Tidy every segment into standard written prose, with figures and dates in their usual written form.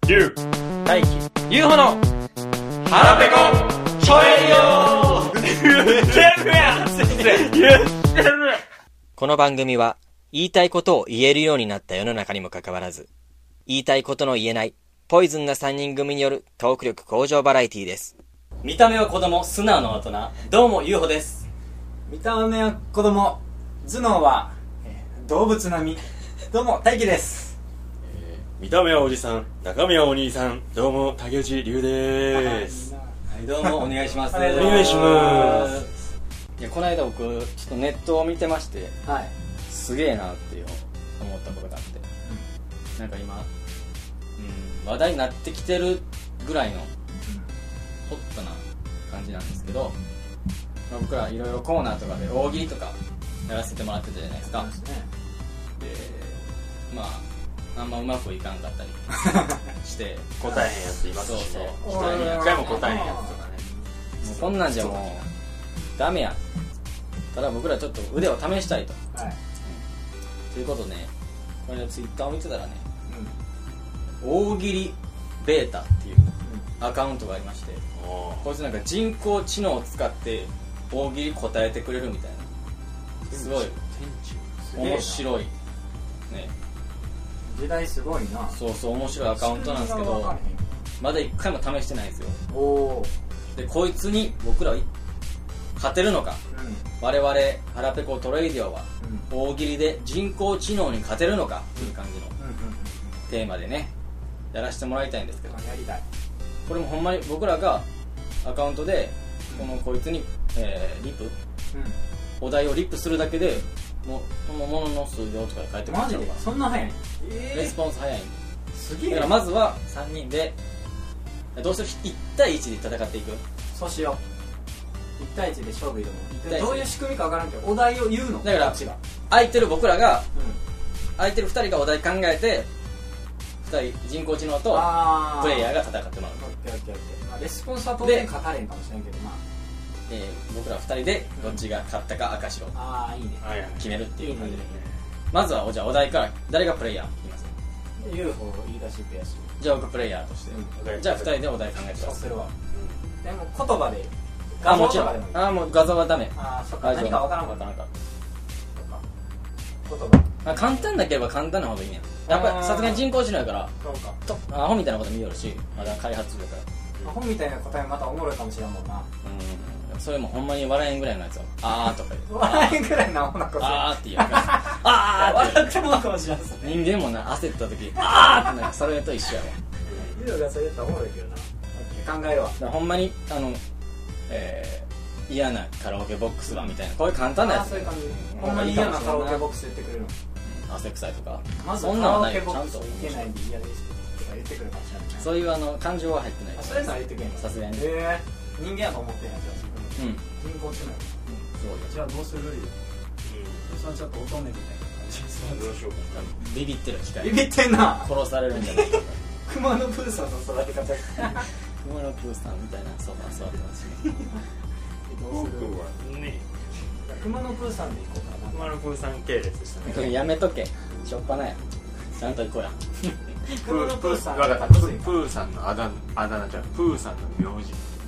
リュウ大輝ユーホの腹ペコちょえよ言ってるやん言ってる。 この番組は言いたいことを言えるようになった世の中にもかかわらず、言いたいことの言えないポイズンな3人組によるトーク力向上バラエティーです。 見た目は子供、素直な大人。どうもユーホです。 見た目は子供、頭脳は、動物並み。どうも大輝です。 見た目はおじさん、中身はお兄さん。どうも竹内龍です。 はい、どうもお願いします。 お願いします。 いや、この間僕ちょっとネットを見てまして、 はい。 すげえなっていう思ったことがあって、なんか今、話題になってきてるぐらいのホットな感じなんですけど、まあ、僕らいろいろコーナーとかで大喜利とかやらせてもらってたじゃないですか。で、まああんまうまくいかんかったりして答えへんやついますしね。 そう一人に一回も答えへんやつとかね。 もうこんなんじゃもうダメや。ただ僕らちょっと腕を試したいと、 はい。 ということでね、これでツイッターを見てたらね、大喜利ベータっていうアカウントがありまして、こいつなんか人工知能を使って大喜利答えてくれるみたいな、すごい面白いね。 時代すごいな。 そうそう、面白いアカウントなんですけど、まだ一回も試してないんですよ。 おお。 でこいつに僕らは勝てるのか、我々腹ペコトレイディオは大喜利で人工知能に勝てるのかっていう感じのテーマでね、やらせてもらいたいんですけど、 やりたい。 これもほんまに僕らがアカウントでこいつに、リプ、お題をリップするだけでもうこのものの数量とかで書いてもらマジでっちゃうから、 そんな早い？ レスポンス早いんで、 すげえ。 だからまずは3人でどうする、1対1で戦っていく。 そうしよう。1対1で勝負挑む。 対一どういう仕組みかわからんけど、お題を言うの。 だからこっちが。 空いてる僕らが、空いてる2人がお題考えて、2人人工知能とプレイヤーが戦ってもらう。 オッケーオッケーオッケー。まあレスポンスは当然勝たれんかもしれんけど、まあ。 僕ら2人でどっちが勝ったか赤白ああ、いいね。 はいはい。 決めるっていう感じで、 いいね。 まずはじゃあお題から誰がプレイヤー言います？ UFO 言い出しっぺやし。 じゃあ僕プレイヤーとして、じゃあ2人でお題考えてください。 そうするわ。でも言葉で。 あ、もちろん。 画像とかでもいい。 あ、もう画像はダメ。 ああ、そっか。何かわからんかった。 分からんかっ言葉。 た。簡単だければ簡単な方がいいね。やっぱりさすがに人工知能やからそうか。 アホみたいなこと見よるし、まだ開発中だから、 本みたいな答えまたおもろいかもしれんもんな。 それもほんまに笑えんぐらいのやつをあーとか言う笑いぐらいなアホなこと。 あーって言うからあーって笑ってもかもしれんすね。 人間もな、焦った時あーってなんかそれと一緒やわ。 ユウがそれやったらおもろいけどな。考えるわ。 だからほんまに嫌なカラオケボックスはみたいな、こういう簡単なやつ、 そういう感じ。ほんまに嫌なカラオケボックス言ってくれるの。 汗臭いとか、 まずそんなカラのないよ。 オケボックスちゃんと行けないんで嫌ですとか言ってくるかもしれない。 そういう感情は入ってない。 そういうのは言ってくれんの。 さすがに。 人間やと思ってんやつよ。 うん、 人工知能。 すごいよ。 じゃあどうするよ。それちょっと乙女みたいな感じです。 どうしようか。 ビビってる機械ビビってんな。 殺されるんじゃないか。 熊野プーさんの育て方。 熊野プーさんみたいなソファー座ってますね。 どうする？ 僕はね、 熊野プーさんで行こうかな。 熊野プーさん系列でしたね。 やめとけ、しょっぱなや。ちゃんと行こうや。 熊野プーさん。 わかった。プーさんのあだ名じゃん。プーさんの名字。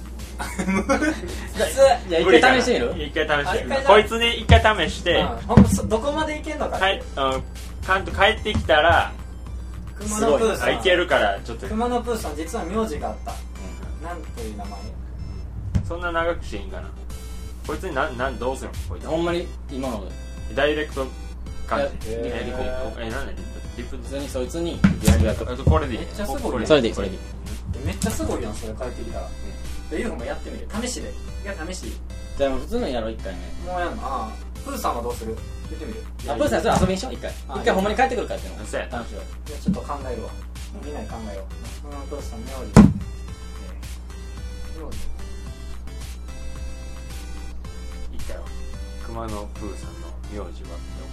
じゃあ一回試してみる？ 一回試してみる。 あ一回こいつに一回試して、 ほんとどこまで行けんのか。 ちゃんと帰ってきたら、 熊野プーさん。 いけるからちょっと。 熊野プーさん実は名字があった。なんという名前？ そんな長くしていいんかな。こいつにどうするの？こいつほんまに今のダイレクト感じ。 いやなんでリップ普通にそいつにこれでいい。 めっちゃすごいね。 それでいい、それでいい。 めっちゃすごいやん、それ帰ってきたら。UFO もやってみる。試しで。いや、試し。 じゃあ普通のやろう、1回目。 もうやんの。ああ。プーさんはどうする？言ってみる。 プーさんそれ遊びにしよう、1回。1回ほんまに帰ってくるかっていうのそうやな。 楽しいわ。 いや、ちょっと考えるわ。みんなに考えよう。熊野プーさん名字。 いいかよ。熊野プーさんの名字は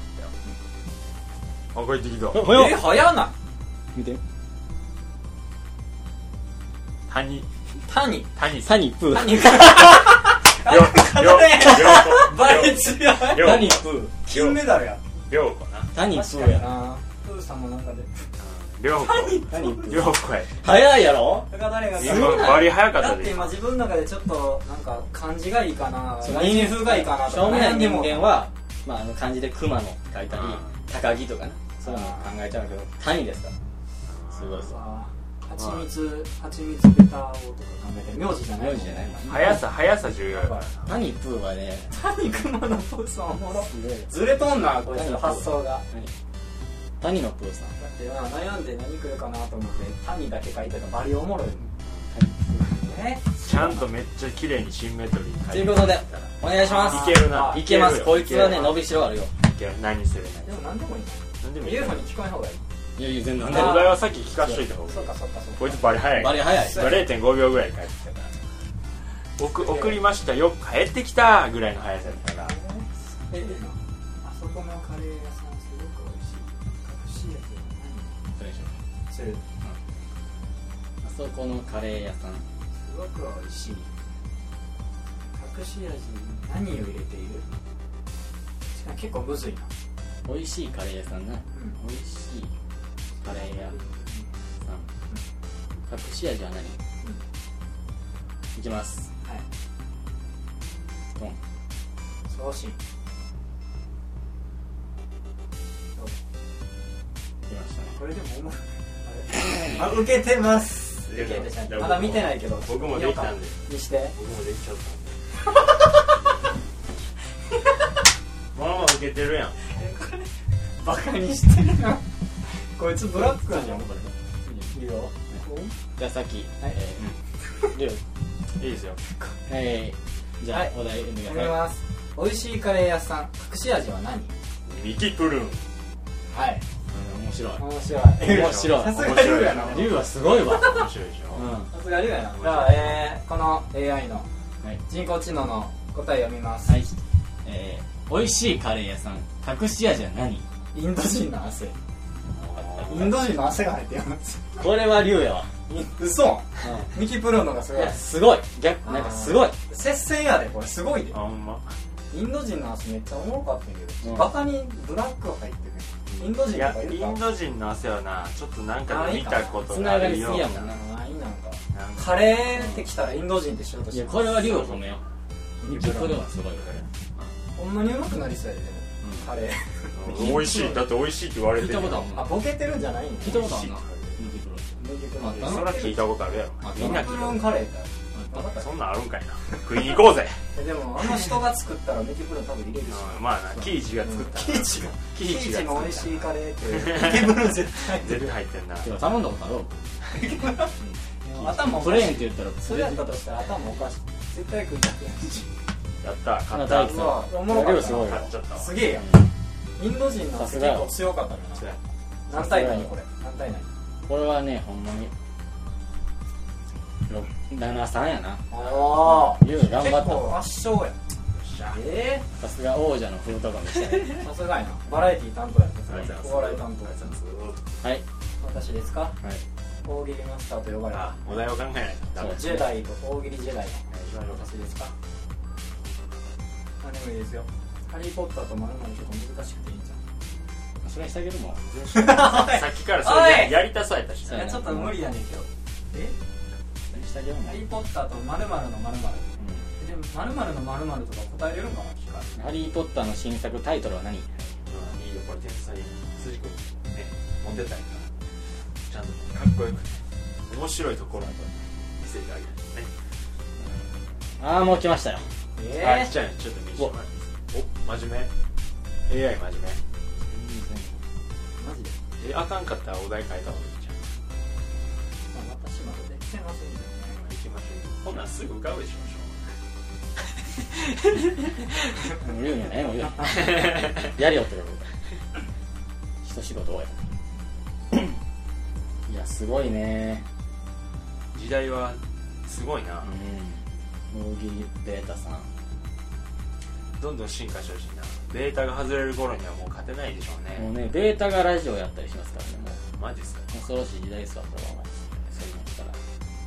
送ったよ。帰ってきた。 早ない？ 見て。 谷谷サニープー。 谷バレ強い。 サニープー。 金メダルや。 りょうこな。 サニー確かにプーや。 な。プーさんもなんかで。 両方両方や早いやろ。 だから誰が今バリ早かったでだって今自分の中でちょっとなんか漢字がいいかなそう来年風がいいかなとか正面な人悩んでも間は、まあ、漢字で熊の書いたり、高木とかね、そういうの考えちゃうけど、谷ですからすごいですよ。 蜂蜜ペタオとか考えて名字じゃない名字じゃない速さ重要やから谷プーはね、 谷熊のプーさんおもろすごいずれとんなこいつの発想が谷のプーさん。 だって悩んで何来るかなと思って谷だけ書いてたバリおもろいちゃんとめっちゃ綺麗にシンメトリーということでお願いします。 いけるな。 いけます。こいつはね、 い伸びしろあるよ。 ける。何するでも何でもいい何でもいい。 UFO に聞こえん方がいいいやいや、全然お題はさっき聞かしといた方がいい。 そうかこいつバリ早い。 バリ早い。 0.5 秒ぐらいで帰ってきたから送りましたよ帰ってきたぐらいの速さだったからあそこのカレー屋さんすごく美味しい隠し味はそれでしょ。 何するあそこのカレー屋さん。 すごく美味しい隠し味に何を入れているしかも結構むずいな美味しいカレー屋さんな。美味しいカレー屋さん。隠し味は何？いきます。 はいドン。 送信来ましたね。 これでもおもろいあれ受けてます受けてたまだ見てないけど僕もできたんでにして僕もできちゃったんでまあまあ受けてるやんバカにしてるなこいつブラックなんじゃんこれいいよじゃあさっき、 はいりょういいですよじゃあ、 はいお題読んでくおださい。 願いします美味しいカレー屋さん隠し味は何ミキプルーンはい面白い。 面白い面白い。 さすがリュウやなリュウはすごいわ。 面白いでしょさすがリュウやなじゃあこの AI のはい。 人工知能の答え読みますはい。美味しいカレー屋さん。隠し味は何？ インド人の汗インド人の汗が入ってますこれはリュウやわ。 嘘ミキプロのがすごいいや、すごい。逆、なんかすごい。 接戦やでこれすごいであほんまインド人の汗めっちゃおもろかったんやけどうんバカにブラックが入ってねインド人いやとかいるかインド人の汗はなちょっとなんかで見たことつながりがあるよすぎやもんな。 ないなんかなんかカレーってきたらインド人ってしようとしていや、これはリュウを褒めよう。ミキプロはすごいよ。 ほんまにうまくなりそうやででもカレー美味しいだって美味しいって言われてる聞いたことあるあボケてるんじゃないの聞いたことあるな。ミキプロ。 ミキプロあったそら聞いたことあるやろみんなミキプロ聞いたこンカレーってあった分かったとそんなんあるんかいな食いに行こうぜでもあの人が作ったらミキプロン多分入れるしまあなキイチが作ったキイチがキイチがの美味作っしいカレーってミキプロン絶対た絶対入ってんなてか頼んだことある？ 頭おプレーンかしいって言ったらそれやったとしたら頭おかしい絶対食いたくないしやった買った大吉さんそうおもろかったすごいわ買っちゃったわすげえやんインド人の汗結構強かったのそうやよな何対何これ何対何これはね、ほんまに7-3やな。 あリュウ頑張った。 結構圧勝やさすが王者の風とかもしたね。 さすがやなバラエティ担当やったありがとうございますお笑い担当やはい。 私ですかはい。 大喜利マスターと呼ばれあお題を考えないとダメそうジェダイと大喜利ジェダイの一番よかっ私ですか何でもいいですよハリーポッターとまるまるちょっと難しくていいんじそれしてあげるもん。 たさっきからそれやりたそうやったしそうやゃんいやちょっと無理やねんけどそれしてあげるもん。 ハリーポッターとまるまるのまるまるでもまるまるのまるまるとか答えれるんかな機械ハリー・ポッターの新作タイトルは何？ いいよこれ天才筋子ね持ってたんやからちゃんとかっこよく面白いところを見せてあげるねあー、もう来ましたよ。 あじゃあちょっと見せてもらっていいですかお真面目 AI 真面マジで目あかんかったらお題変えた方がいいじゃん私まだできてませんけどね行きましょうこんなんすぐ浮かぶでしょ言うんやね、もう言う。やりよってこと一仕事終え。いや、すごいね。 時代はすごいな大喜利ベータさん。 どんどん進化してほしいなベータが外れる頃にはもう勝てないでしょうねもうね、ベータがラジオやったりしますからね、もう。 マジっすか恐ろしい時代ですわ、これは。そういうのったら。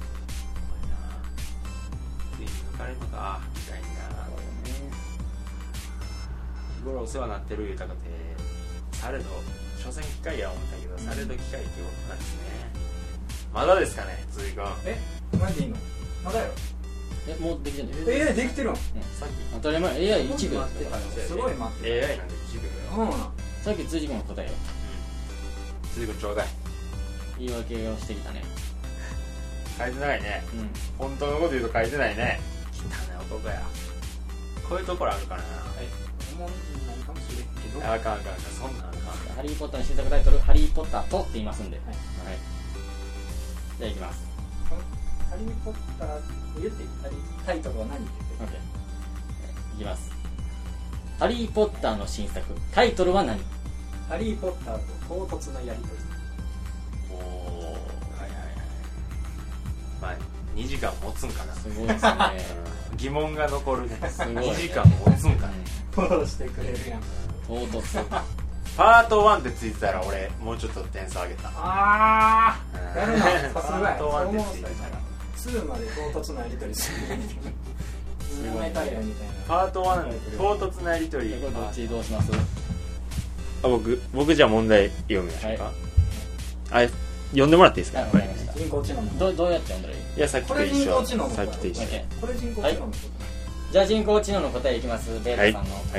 ついに抜かれるのかみたいな日頃お世話になってる豊かてされど所詮機械や思ったけど、されど機械っていうことなんですね。まだですかね、辻君。 マジでいいの？まだよ。 もうできてんの？ できてるん。 さっ当たり前 AI1 秒待ってたよ。すごい待ってき AI なんで1秒よ。 さっき辻君の答えよ。 辻君ちょうだい。 言い訳をしてきたね。 書いてないね。本当のこと言うと書いてないね。汚い男や。こういうところあるからな。 もうないかもしれんけど。 あかん、そんなんあかん。 ハリー・ポッターの新作タイトル、ハリー・ポッターとって言いますんで。はい。じゃあいきます。 ハリー・ポッター言ってタイトルは何って言って。 いきます。ハリー・ポッターの新作タイトルは何？ ハリー・ポッターと唐突なやりとり。 おー、まあ2時間持つんかな。 すごいですね。 疑問が残るね。 すごいね。 2時間持つんかね。 フォローしてくれるやん。 唐突。 パート1ってついてたら俺もうちょっと点数上げた。 やるな、さすがや。 パート1ってついてたら 2まで唐突なやりとりする。名前タイヤみたいな。 パート1唐突なやりとり。 これどっちどうします？ 僕じゃあ問題読みましょうか。読んでもらっていいですか？ わかりました。 人工知能の。 どうやって読んだらいい？ いや、さっきと一緒。 これ人工知能のさっきと一緒。 これ人工知能のこと。 じゃあ人工知能の答えいきます。ベータさんの。 はい。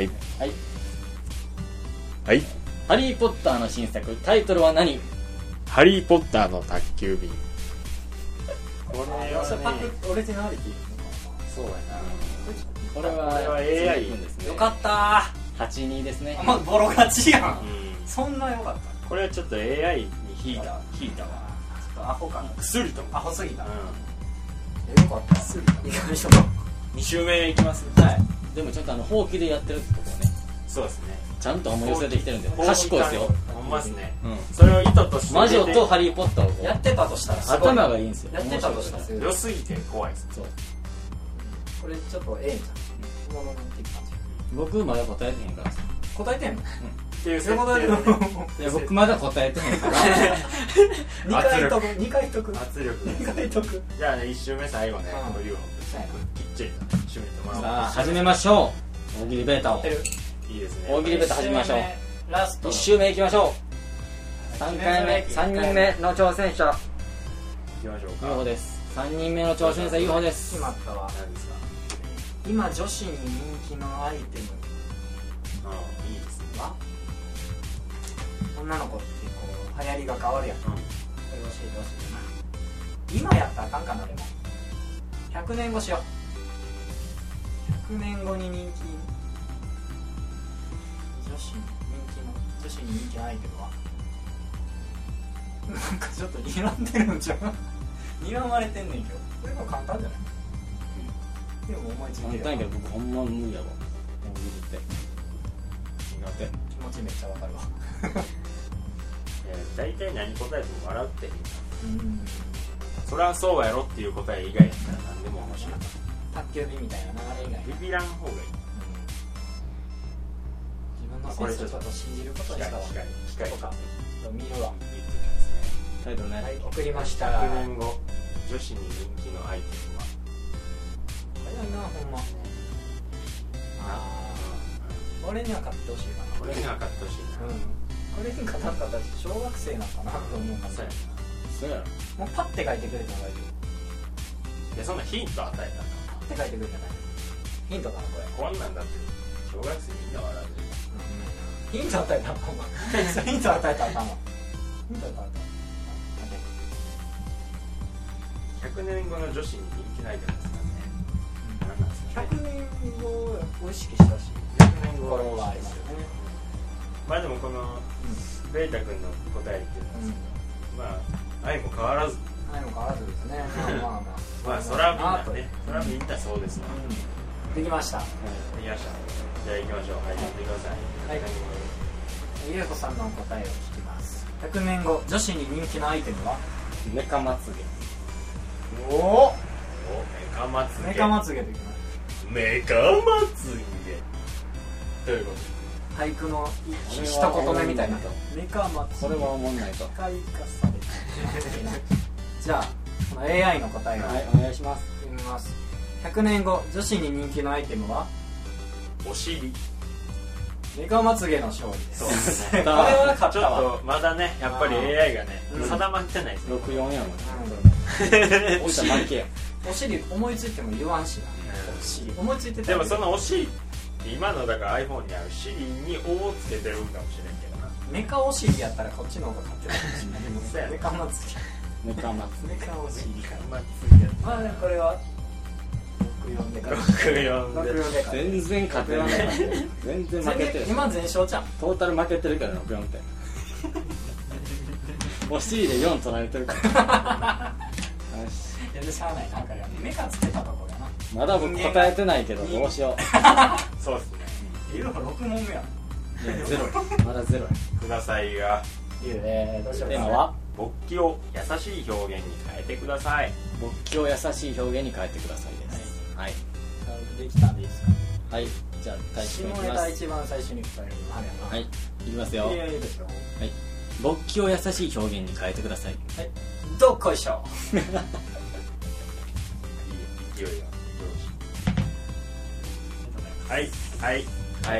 ハリー・ポッターの新作タイトルは何？ ハリー・ポッターの宅急便。これはそれパクオリジナリティ。 そうやな。 これは AI ですね。 よかったー。8-2ですね。 まあボロ勝ちやん。そんなよかった。 これはちょっと AI に引いたわ。 ちょっとアホかな。 薬とも。 アホすぎた。よかった。 薬意外と。 2周目いきます。 はい。 でもちょっとほうきでやってるってことね。 そうですね。 ちゃんと思い寄せてきてるんで賢いですよ。 ほんまですね。それを意図として魔女とハリー・ポッターをやってたとしたら頭がいいんですよ。 やってたとしたら良すぎて怖いです。 そう。 これちょっとええんじゃん。もののって感じ。 僕まだ答えてへんから。 答えてんの？ っていう設定でね。 いや僕まだ答えてへんから。 2回解く。 圧力。 2回解く。 じゃあね、1周目最後ね、こういうのきっちりと締めてもらおう。 さあ始めましょう。大喜利ベータを。 いいですね。 大喜利ベータ始めましょう。 ラスト 1周目いきましょう。3人目の挑戦者。 いきましょうか。 UFO です。3人目の挑戦者 UFO です。 決まったわ。 何ですか？ 今女子に人気のアイテムいいですね。 は女の子ってこう流行りが変わるやん。これ教えてほしいな。今やったらあかんかな。でも100年後しよう。100年後に人気女子に人気のアイテムはなんかちょっと睨んでるんじゃん。睨まれてんねんけど、これも簡単じゃない？でも思いついてる。 簡単やけど僕ほんま無理やわ。大喜利って苦手。 気持ちめっちゃわかるわ。 大体何答えても笑うってうん。 それはそうやろっていう答え以外やったら何でも面白い。 卓球日みたいな流れ以外。 ビビらん方がいい。 自分のセンスをちょっと信じることにしたわ。 機械とかちょっと見るわ。 言ってきますね。 タイトルね。 はい、送りました。 100年後女子に人気のアイテムは早いな、ほんま。俺には買ってほしいかな。 俺には買ってほしいな。 これに勝たんかったら小学生なんかなと思うから。 そうやな。 そうやろ。 もうパッて書いてくれたら大丈いや、そんなヒント与えたら夫。パッて書いてくれたらヒントかな、これ。 こんなんだって小学生みんな笑うヒント与えたらあかんわ。ヒント与えたらあかんわ。ヒント与えたら 100年後の女子に人気ないじゃないですかね。何なんですかね。 100年後を意識したし、 100年ところがありますよね。 まあでもこのベータ君の答えっていうのは、まあ愛も変わらず、 何も変わらずですね。まあまあそれはみんなね、それはみんなそうですわ。 できました。 できました。じゃあ行きましょう。はい、やってください。 はい。ゆうこさんの答えを聞きます。100年後女子に人気のアイテムは？ メカまつげ。 おお。 メカまつげ。 メカまつげできます。 メカまつげ。どういうこと？ 俳句の一言目みたいな。メカまつげ。 これは思んないと。 機械化されてる。じゃあこの AI の答えをはいお願いします。 読みます。100年後女子に人気のアイテムは？ お尻。 メカまつげの勝利ですそうですねこれは勝ちょっったわとまだねやっぱり AI がねうん定まってないですね 64やもんうんおいたら負けやお尻思いついても言わんしなお尻思いついてたらでもそのお尻って今のだから iPhone にある尻に「O」をつけてるんかもしれんけどなメカお尻やったらこっちの方が勝ってたかもしれないそうやねメカまつメカマげメカお尻まあ次やまあでもこれは64で勝つ 64で 64で勝つ全然勝てない全然負けてる今全勝じゃんトータル負けてるから64点お尻で4取られてるからよし全然しゃあないなんかメカつけたとこやなまだ僕答えてないけどどうしよそうっすねいるの6問目やういやゼロやまだゼロやくださいがいるどうしようかテーマは勃起を優しい表現に変えてください勃起を優しい表現に変えてくださいですはいできたんでいいですかはいじゃあ大下輝くんいきネタます一番最初に答えるのあれやなはいいきますよいやいいですよはい勃起を優しい表現に変えてくださいはいどっこいしょいい勢いがよしはいはいはいはい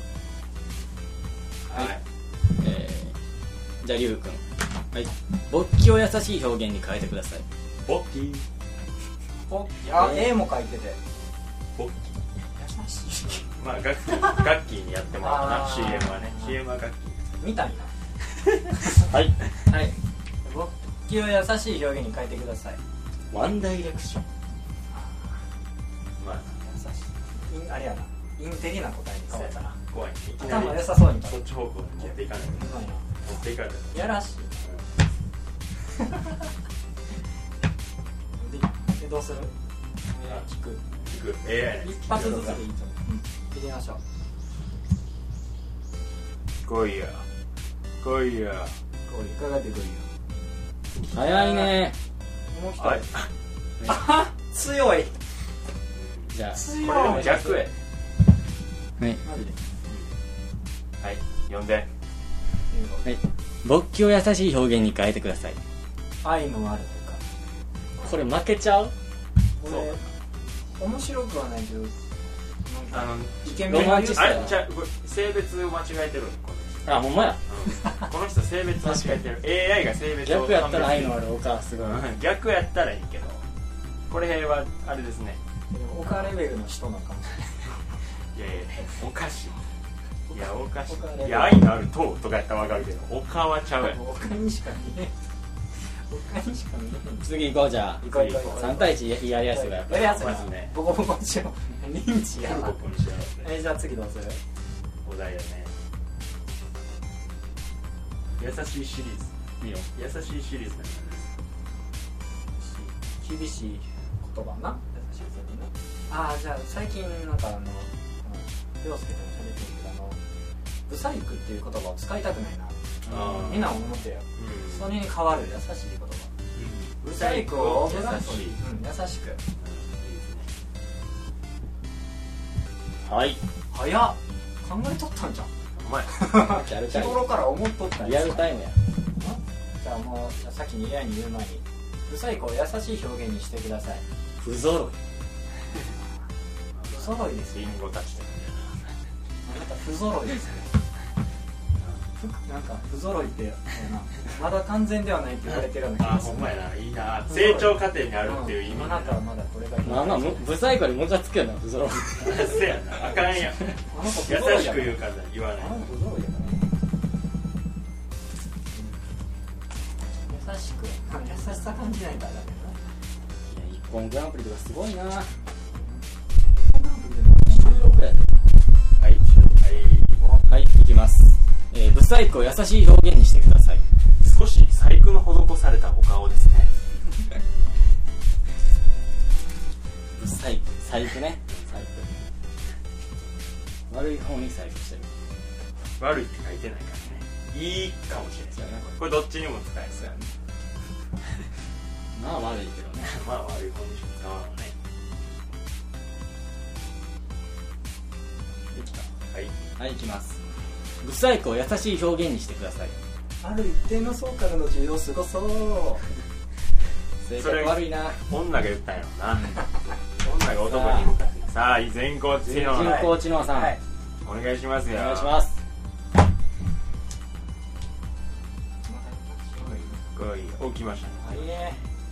はいじゃあリュウくんはい勃起を優しい表現に変えてください勃起おあ絵も描いてて勃起優しいまあガッキーにやってもらったなあー CM はね CM はガッキーみたいはいなはい勃起を優しい表現に変えてくださいワンダイレクションまあ優しいあれやなインテリな答えに変わったな怖いねいきなり頭良さそうにそっち方向に持っていかないとうまいな持っていかないとやらしいでどうする聞く聞く AI ね一発ずつでいいと思う聞いてみましょう来いや来いやこう伺ってくるよ早いねもう一はい人あ強いじゃ強いこれでも逆へあはいマジではい呼んではい勃起を優しい表現に変えてください愛のあるとかこれ負けちゃう俺面白くはないけどあのイケメンロマンチストあれじゃあこれ性別間違えてるこのあほんまや人、この人性別間違えてる AI が性別を逆やったら愛のあるお母すごい逆やったらいいけどこれはあれですねオカレベルの人なのかもしいやいやおかしいいやおかし他ねいいや愛のある塔とかやったら分かるけど丘はちゃうやんれない他にしか見え他にしか見えない次行こうじゃあ行こう行こう行こう 3対1やりやすいからやっぱやりやすいまずねボコボコしよう認知やなここにしようねじゃあ次どうするお題やね優しいシリーズいいよ優しいシリーズなんです厳しい言葉な優しい言葉なああじゃあ最近なんか陽介とも喋ってるけどブサイクっていう言葉を使いたくないなあーみんな思ってようんそれに代わる優しい言葉ブブサイクを優しい優しくはい早っ考えとったんじゃんお前日やるタイ頃から思っとったんリアルタイムやじゃあもうさっきに AI に言う前にブサイクを優しい表現にしてください不揃い不揃いですリねンゴたちであなた不揃いですねなんか不揃いってまだ完全ではないって言われてるような気あがするほんまやないいな成長過程にあるっていう意味あなたはまだこれがまあまあブサイクよりムカつくよな不揃いせやなあかんやんあの子不優揃いやからしく言うから言わないあの子不揃いやから優しく優しさ感じないからだけどいや一本グランプリとかすごいなな収録やではいはいはいいきますブサイクを優しい表現にしてください少し細工の施されたお顔ですねブサイク細工ね細工悪い方に細工してる悪いって書いてないからねいいかもしれないこれどっちにも使えそうやねまあ悪いけどねまあ悪い方にしか使わないねできたはいはいいきますブサイクを優しい表現にしてくださいある一定の層からの需要すごそう性格悪いな女が言ったんやろな女が男に向かってさあ全校知能人工知能さん、 はいお願いしますよ。 お願いします。 起きましたね。 はい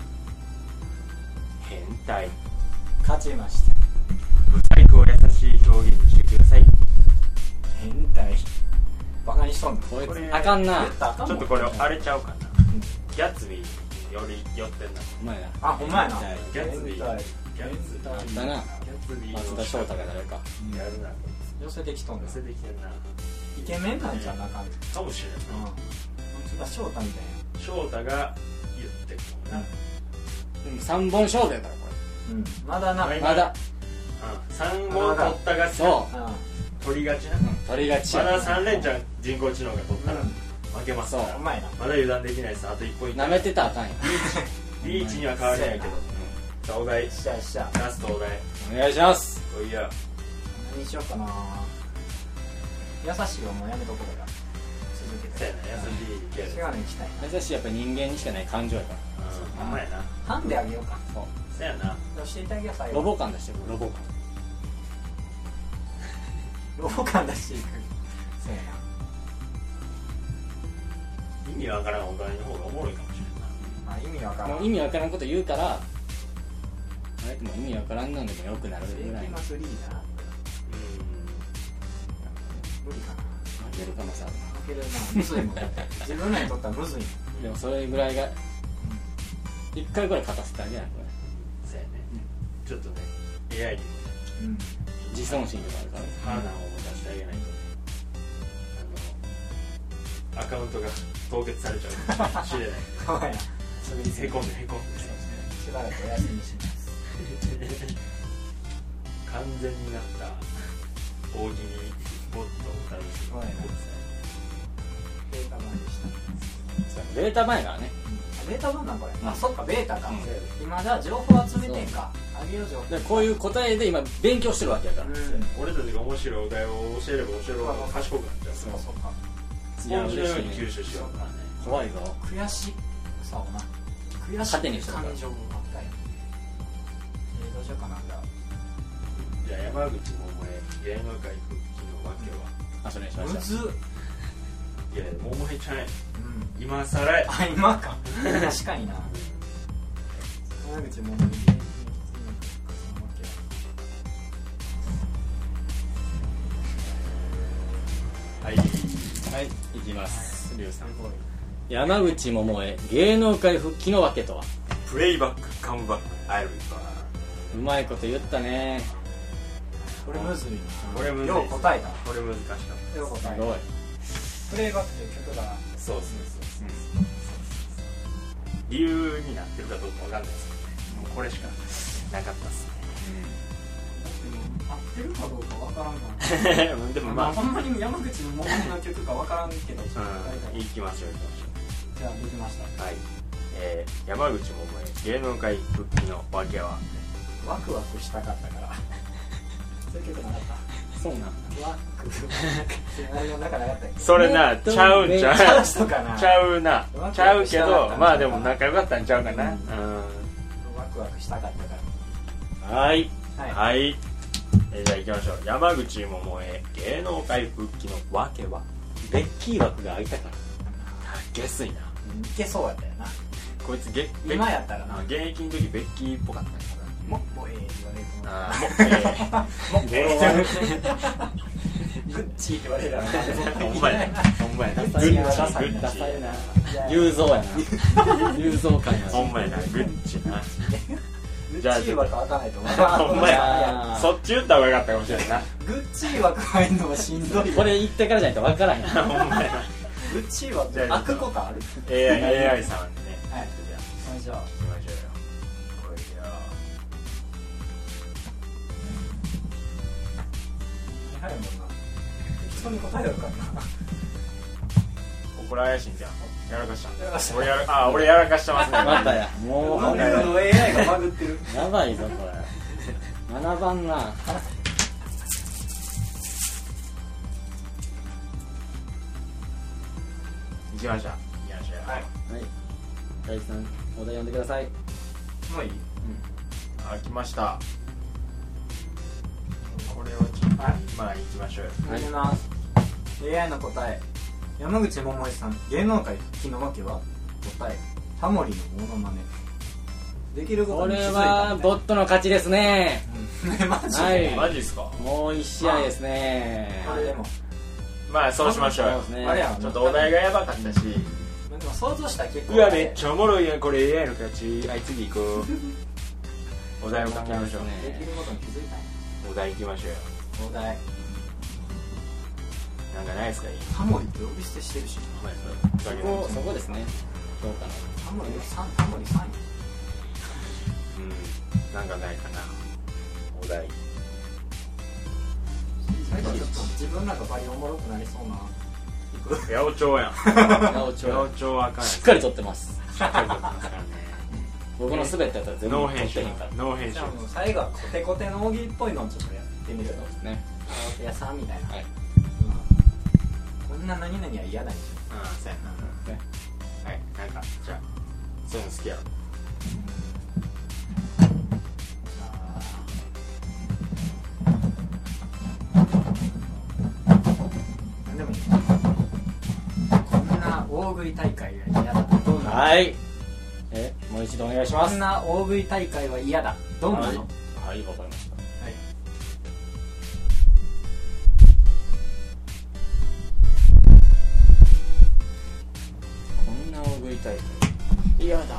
変態。 勝ちました。 ブサイクを優しい表現にしてください。 変態バカにしとんのこいこれつあかんな。 ちょっとこれあれちゃうかな。ギャッツビーにより寄ってんな。 お前な。 あほんまやなギャッツビー。ギャッツビー。 あったな。 ギャッツビー。 松田翔太が誰か。 やるな。 寄せてきとんの寄せてきてんな。 イケメンなんじゃな感じかもしれんな。 松田翔太みたい翔太が言ってるかもな。 3本勝負やからこなまだなれ。まだ。 3本取ったがちそ取りがちな。 う。取りがちまだや。 3連チャン人工知能が取ったら負けますかそうら。 うまいなまだ油断できないです。あと1ポイント。 舐めてたらあかんや。 リーチには変わりないけど。さあお題、 しゃしゃラストお題。 お願いします。 おいや。 何しようかな優しいはもうやめとこうか続けてそうやな、優しい系で。 違うの行きたいな優しいやっぱ人間にしかない感情やから。 ほんまやな。 ハンであげようかそう。 そうやな。 押していただけよ最後ロボ感出してる。ロボ感。 ロボ感出していくそうや意味わからんお題の方がおもろいかもしれんな。 なまあ意味わからんもう意味わからんこと言うから、相手も意味わからんなんでもよくなるセーぐらいの。 キマスリーダー無理かな負ける可能性ある負けるなむずいもん自分らにとったらむずいな。でもそれぐらいが、1回ぐらい勝たせてあげないこれ。 そうやね。ちょっとね、AI にもね、 自尊心とかあるから。 ハーナーを出してあげないとね、アカウントが凍結されちゃうかもしれない。 そうやそれにへこんでへこんでしばらくお休みします完全になった大喜利ボットを多分そうやなベータ版でしたそうベータ版やからね。 ベータ版なんこれうんあそっかベータかうん今じゃあ情報集めてんかあげよう情報でこういう答えで今勉強してるわけやから。 俺たちが面白いお題を教えれば教えるほど賢くなっちゃう。 そうそうかスポンジのように吸収しようからね。 怖いぞ。 悔しさをな悔しい糧にしてるから感情があったよどうしようかなじゃじゃあ山口百恵芸能界復帰のわけは。 あ、それにしました。 あむずっいや百恵ちゃんやうん今さらあ今か確かにな山口もはいはい、いきます。リュウさん。山口百恵芸能界復帰のわけとは。 プレイバックカムバックアイルバうまいこと言ったね。 これむずいなこれむずいよう答えたこれ難しかった。 よう答えすごい。 たプレイバックっていう曲がそうそうそうそう理由になってるかどうかわかんないですけどね。もうこれしかなかったっす合ってるかどうかわからんからね。でもまあ、 ほんまに山口の百恵の曲かわからんけどうん、行きましょう行きましょじゃあできましたう。はい。山口百恵芸能界復帰のわけは。 ワクワクしたかったからそういう曲なかったそうなん。 ワク内容の中なかったっけそれな、ちゃうんちちゃゃうう人かなちゃうなワクワクちゃうけしたかったんちゃうかなど、まあでも仲良かったんちゃうかな。 ワクワクしたかったかはい。 らはいはい。じゃあ行きましょう。山口百恵芸能界復帰のわけは。 ベッキー枠が空いたから。 下水な。 いけそうやったよなこいつ今やったらな現役の時ベッキーっぽかったんやもう言われるとあーもうグッチーって言われるからほんまやなほんまやなグダサいなッチダサいなグッチダサいな。雄三やな。雄三感やな。 ほんまやなグッチなグじゃあッチー枠開かないとほんまいややそっち言った方がよかったかもしれないなグッチー枠入るのはしんどいこれ言ってからじゃないと分からへん。 ほんまやなグッチー枠開くことある AI さんにねはいじゃあじゃあ行きましょうよこれよ早いもんな人に答えるからなこれ怪しいんじゃんやらかしたやらかした俺やらかしてますねまたや。もう、 マグの AI がバグってるやばいぞ、これ。7番な。 行きました行きましょうはいはい。大地さん、お題読んでください。 もういいあ来ましたこれはちょっまあ行きましょうよ。 始めます。AI の答え、山口百恵さん、芸能界復帰の訳は？答え、タモリのモノマネ。できるこことに気づれいたみたいな。 はボットの勝ちですね。 ね、マジで、 はいマジっすか？ もう1試合ですね。 あでもまあそうしましょうよ。 そうですね。 あれやんちょっとお題がやばかったし、 でも想像したら結構うわめっちゃおもろいやんこれ AI の勝ち。はい次行こう。お題を考えましょう。 できることに気づいたんや。 お題行きましょうよ。 お題、 なんかないですか？いいタモリって呼び捨てしてるし、 そこですね。どうかな。 タモリ3位。 うん、なんかないかな。お題。 最後ちょっと自分らがバリおもろくなりそうな。 八百長やん。 八百八百長はあかんやん。 しっかり取ってます。 しっかり取ってますからね。 僕の滑ったやつは全部取ノー編集ってへんから。 ノー編集じゃあもう最後はコテコテの大喜利っぽいのをちょっとやってみると、 ね。 カラオケ屋さんみたいな、 はい。 こんな何々は嫌だにしょ。 うんそうやな。 ね。 はいなんかじゃあそういうの好きやろ。 何でもいい。こんな大食い大会が嫌だ。どんなの？ はい。もう一度お願いします。 こんな大食い大会は嫌だ。どんなの？ はい、わかりました。 はいこんな大食い大会嫌だ。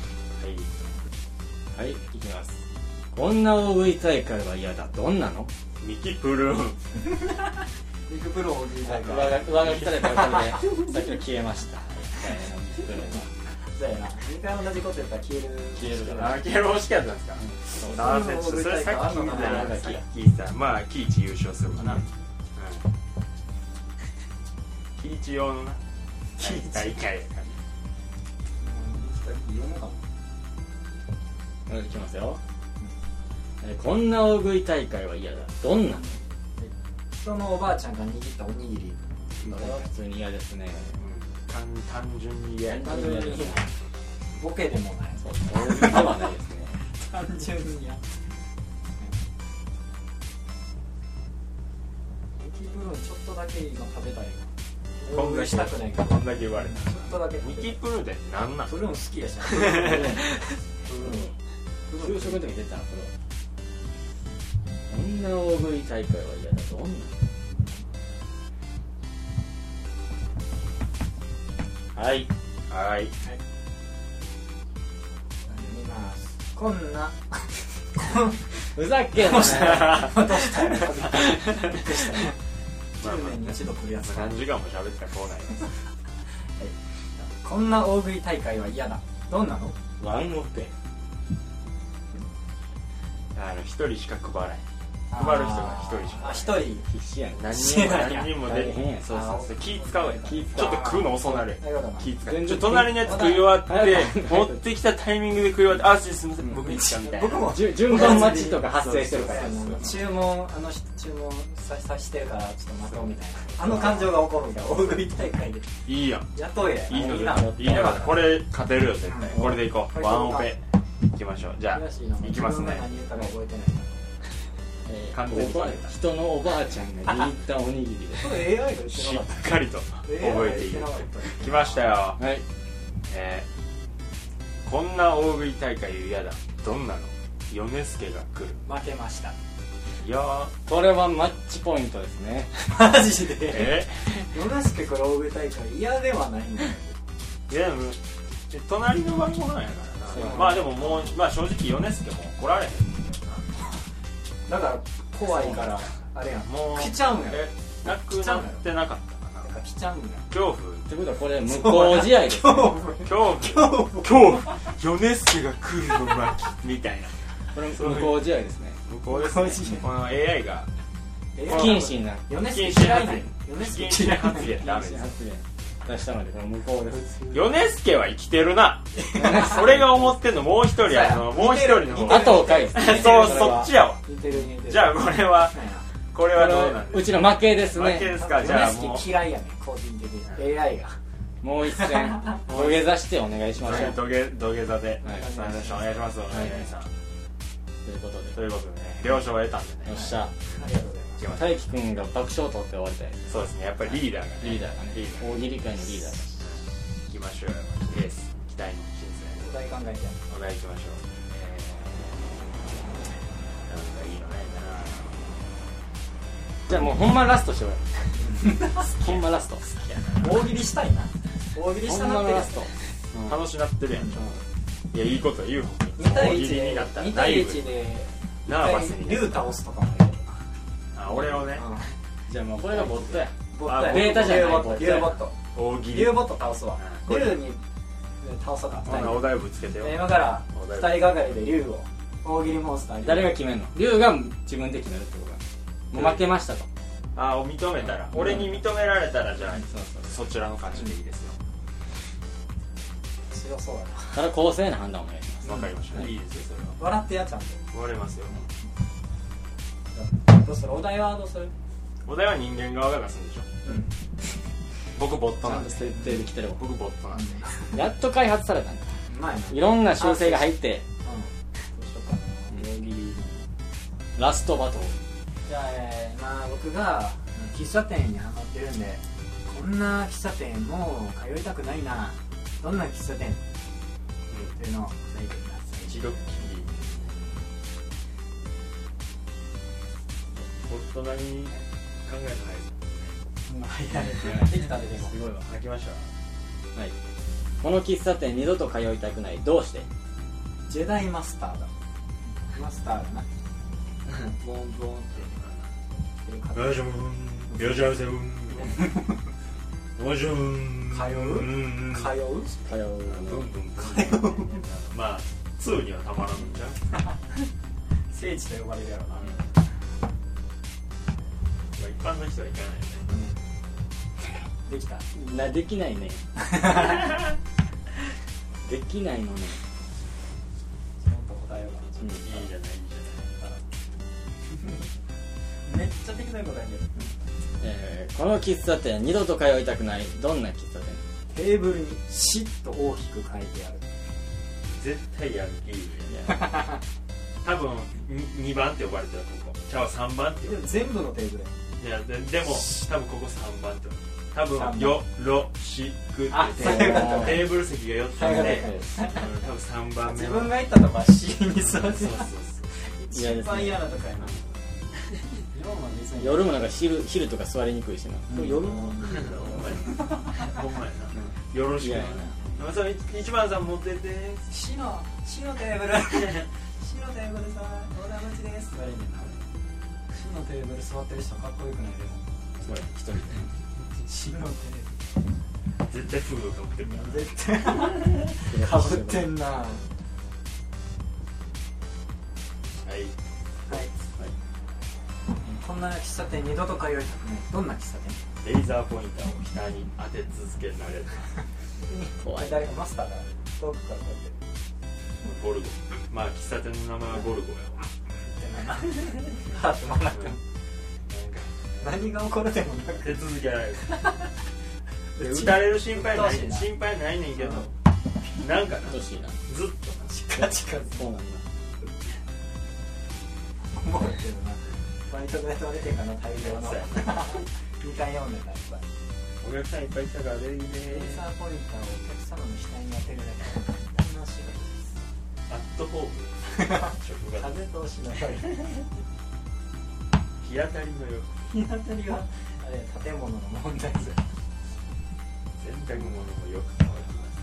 はいはい、いきます。こんな大食い大会は嫌だ。どんなの？ ミキプルーン。 ビッグプロ大食い大会。 上書きされたおかげでさっきの消えました。 そうやな。2回同じことやったら消えるから。 あ消える欲しかったんですか？あーそれさっき聞いたあさっき聞いた。まあキイチ優勝するかな。キイチ用のな大会やから。 読むかも。 いきますよ。こんな大食い大会は嫌だ。どんなの？ 人のおばあちゃんが握ったおにぎり。 これは普通に嫌ですね。 単純に嫌や。 単純に嫌ですね。 ボケでもない。 そう、大食いではないですね。 単純に嫌。ミキプルーンちょっとだけ今食べたいな。 こんだけしたくないけど。 こんだけ言われた。 ちょっとだけ。 ミキプルーンってなんなん？ プルーン好きやしな。 給食の時出たのこれは。こんな大食い大会は嫌だ。どんなの？はいはい。 見ます。こんな。 ふざけんな。 落としたよ。びっくりしたね。10年に一度来るやつ。 何時間も喋ってたらこうなります。 こんな大食い大会は嫌だ。どんなの？ ワンオペ。 一人しか配らない。配る人が一人しか。 一人。 必死やん。 何人もで大変や。 そうそう気使うやん。ちょ気使うっと食うの遅なる。 なるほどな。 気使う。 全然隣のやつ食い終わってはい持ってきたタイミングで食い終わってすいません僕いいですかみたいな。 僕も順番待ちとか発生してるから。 注文注文さしてるからちょっと待とうみたいな。あの感情が起こるんだよ。大食い大会で。 いいやん。 雇え。 いいのいいな。 いいな。これ勝てるよ絶対。これでいこう。 これワンオペいきましょう。じゃあいきますね。 何言ったか覚えてないな。 完全にバレた。 人のおばあちゃんが握ったおにぎりで。 これ AI が言ってしなかっっかりと覚た。 えている。来ましたよ。 はい。 こんな大食い大会嫌だ。どんなの？米助が来る。 負けました。 いやこれはマッチポイントですね。 マジで。 ーヨネスケこれ大食い大会嫌ではないんだよ。 いやでも隣の晩ご飯やからな。まあでももうまあ正直米助も来られへん。 だから怖いからあれやん。 もう来ちゃうんやろ。 なくなってなかったかな。 来ちゃうんや。 恐怖ってことはこれ無効試合ですね。 恐怖米助が来るの巻みたいな。 これ無効試合ですね。 向こうですね。この AI が不謹慎なヨネスケ嫌いなんや。ヨネスケ不謹慎嫌いなん発言ダメです。 発言出したのでこれ無効です。 米助は生きてるな。俺が思ってんのもう一人もう一人の方。 後を返す。 そうそっちやわ。 似てる似てる。 じゃあこれはどうなんですうちの負けですか。負けね。 ですか。じゃあもうヨネスケ嫌いやねん個人的に。AI が。 もう一戦土下座してお願いしましょう。 土下座ではいお願いします。お願いします。お願いします。 ということで。 ということでね了承を得たんでね。 よっしゃ。 ありがとうございます。 違います。 大輝くんが爆笑を取って終わりたい。 そうですね、やっぱりリーダーがね、 リーダーがね、 リーダー大喜利界のリーダーが。 行きましょうよ。エース期待の新お題考えてやる。 星お題行きましょう。なんかいいのないかな。 じゃあもうほんまラストしようよ。ほんまラスト。 大喜利したいな。大喜利しほんたなってるまのラスト。 楽しなってるやん。いや、いいこと言うほん 2対大喜 1で利になったら 2対ナイブ 1でナーバスに竜倒すとかもいいけどあ、俺をね、 じゃあもうこれがボットや。 ボットやベータじゃない竜ボット竜ボット大喜利。 竜ボット倒すわこれ竜に倒そうかほなお題ぶつけてよ。 今からお題 2人がかりで竜を大喜利モンスターに誰が決めんの？龍が自分で決めるってことだ。もう負けましたと。 あ、を認めたら、俺に認められたら、じゃあそうそう。 そちらの勝ちでいいですよ。 強そうだなただ公正な判断をお願いします。 わかりました。いいですよ、それは。 笑ってやちゃんと割れますよ。 どうするお題はどうするお題は人間側が出すんでしょ。僕ボットなんで。 ちゃんと設定できてるわ。 僕ボットなんで。 やっと開発されたんだ。 うまいないろんな修正が入って、 どうしようかな大喜利ラストバトル。 じゃあ、まあ僕が喫茶店にハマってるんでこんな喫茶店もう通いたくないなどんな喫茶店っていうのを書いてください一度きり。大人に考えないです。 できたででもすごいわ。 泣きました。 はい。この喫茶店二度と通いたくない。どうして？ ジェダイマスターだマスターだなボンボンってよいしょーん、よいしょーせーん、よいしょーん、 通う通う通う。 ブンブンまあ2にはたまらんのじゃん。 聖地と呼ばれるやろなまあ一般の人は行かないよね。 できたできないね。できないのね。 ちゃんと答えようかいいじゃない、いいじゃめっちゃ適当に答えてるこの喫茶店二度と通いたくない。どんな喫茶店？ テーブルにシッと大きく書いてあるない。絶対ヤンキーや。多分2番って呼ばれてるここ。じゃあ3番って呼ばれてる。 でも全部のテーブルいやでも多分ここ3番って多分 3番よろしくってあそういうことテーブル席が4つあって多分3番目自の分が行ったとこは C に座ってそうそうそう一番嫌なとこやな夜もなんか昼とか座りにくいしな。夜もほんまやなよろしく嫌やなそれ1番さん持ってて死のテーブル死のテーブルさ横田町ですって言われんねんな死のテーブル座ってる人かっこよくないでもすごい一人で。 死のテ絶対フードかぶってるからーブル絶対かぶってんなはいはいこんな喫茶店二度と通いたくないどんな喫茶店レーザーポインターを下に当て続けられる怖い。 誰がマスターが遠くからこうやってゴルゴまあ喫茶店の名前はゴルゴやわ言ってないなハートもらっても何が起こるでもなく手続けられるで打たれる心配ないねんけどなんかなどうしいな。 ずっとチカチカそうなんだ。 思うけどなバイトで取れてんかな大量のそうや 2回読んでたやっぱりお客さんいっぱい来たから礼儀でレーザーポインターをお客様の額に当てるだけで簡単な仕事ですアットホーム職場風通しの良い日当たりのよ日当たりはあれ建物の問題ですよ洗濯物もよく乾き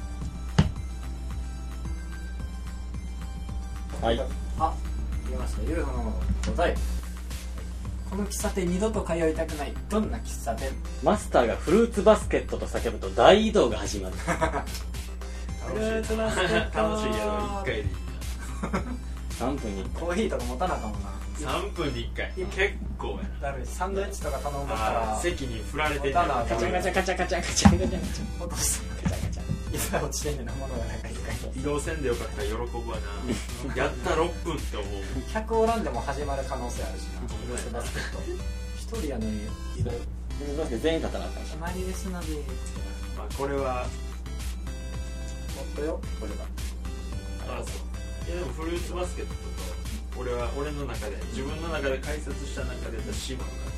ますはい。 あ、言いました UFO の答えこの喫茶店二度と通いたくないどんな喫茶店マスターがフルーツバスケットと叫ぶと大移動が始まる。 フルーツバスケット楽しいけど1回でいい 3分に1 コーヒーとか持たなあかんもんなな3分に1回結構やなだるいサンドイッチとか頼むかあらー席に振られてんねん持たなあかんカチャカチャカチャカチャカチャカチャカチャ落とすカチャカチャ。 いざ落ちてんねんなものがなんかいいか移動せんでよかったら喜ぶわなやった6分って思う客おらんでも始まる可能性あるしなフルーツバスケット一人やのに移動フルーツバスケ全員立たなあかんし決。まりですのでまあこれはもっとよこれはあそういやでもフルーツバスケットと俺の中で自分の中で解説した中でシマルが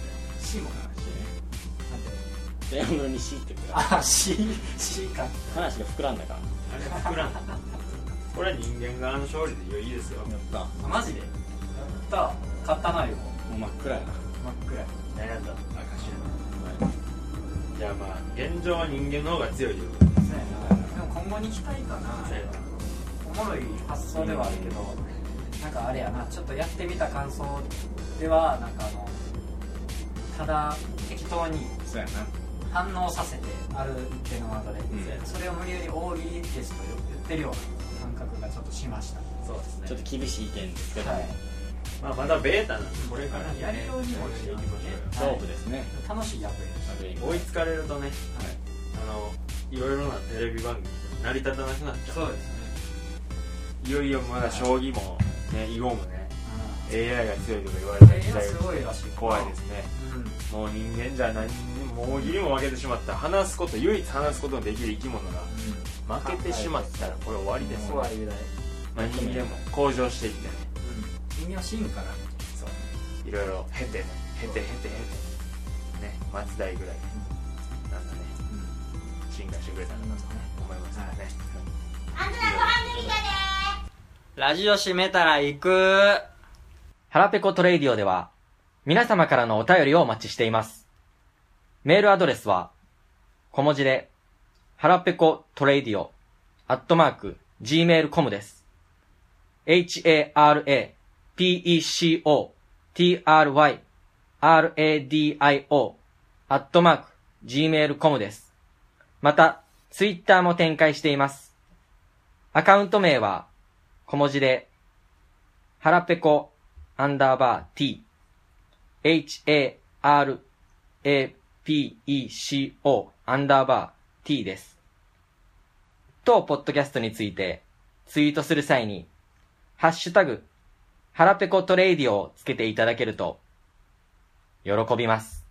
C もなんテーブルに C ってくらいあ C か話が膨らんだかあれ膨らんだこれは人間側の勝利でいいですよ。 やったもあマジでやった買ったなよう真っ暗やな真っ暗悩んだじゃあまあ現状は人間の方が強いということです。 そうやな。でも今後に期待かな。 そうやおもろい発想ではあるけど、なんかあれやな、ちょっとやってみた感想ではなんかただ適当にそうやな反応させてある一定のワードで、それを無理やり大喜利ですと言ってるような感覚がちょっとしました。 そうですね。 ちょっと厳しい意見ですけど、 はいまあまだベータなんでこれからやりようにもしていきましょうよ。 勝負ですね、 楽しい役で追いつかれるとね、いろいろなテレビ番組成り立たなくなっちゃう。 そうですね。 いよいよまだ将棋もね囲碁もね AI が強いとか言われた時代すごいらしい。 怖いですね。もう人間じゃ何にも大喜利も負けてしまった唯一話すことのできる生き物が負けてしまったらこれ終わりですよ。 怖いぐらい。 まあ人間も向上していってね、 人間は進化なんで。 そういろいろ経てね松代ぐらいなんかね進化してくれたらなと思いますよね。 ラジオ閉めたら行く。 ハラペコトレイディオでは皆様からのお便りをお待ちしています。メールアドレスは小文字でハラペコトレイディオ@gmail.com です。HARAPECOTRYRADIO@gmail.com です。また、ツイッターも展開しています。アカウント名は小文字でハラペコ_T HARAPECO_T です。当ポッドキャストについてツイートする際にハッシュタグハラペコトレイディオをつけていただけると喜びます。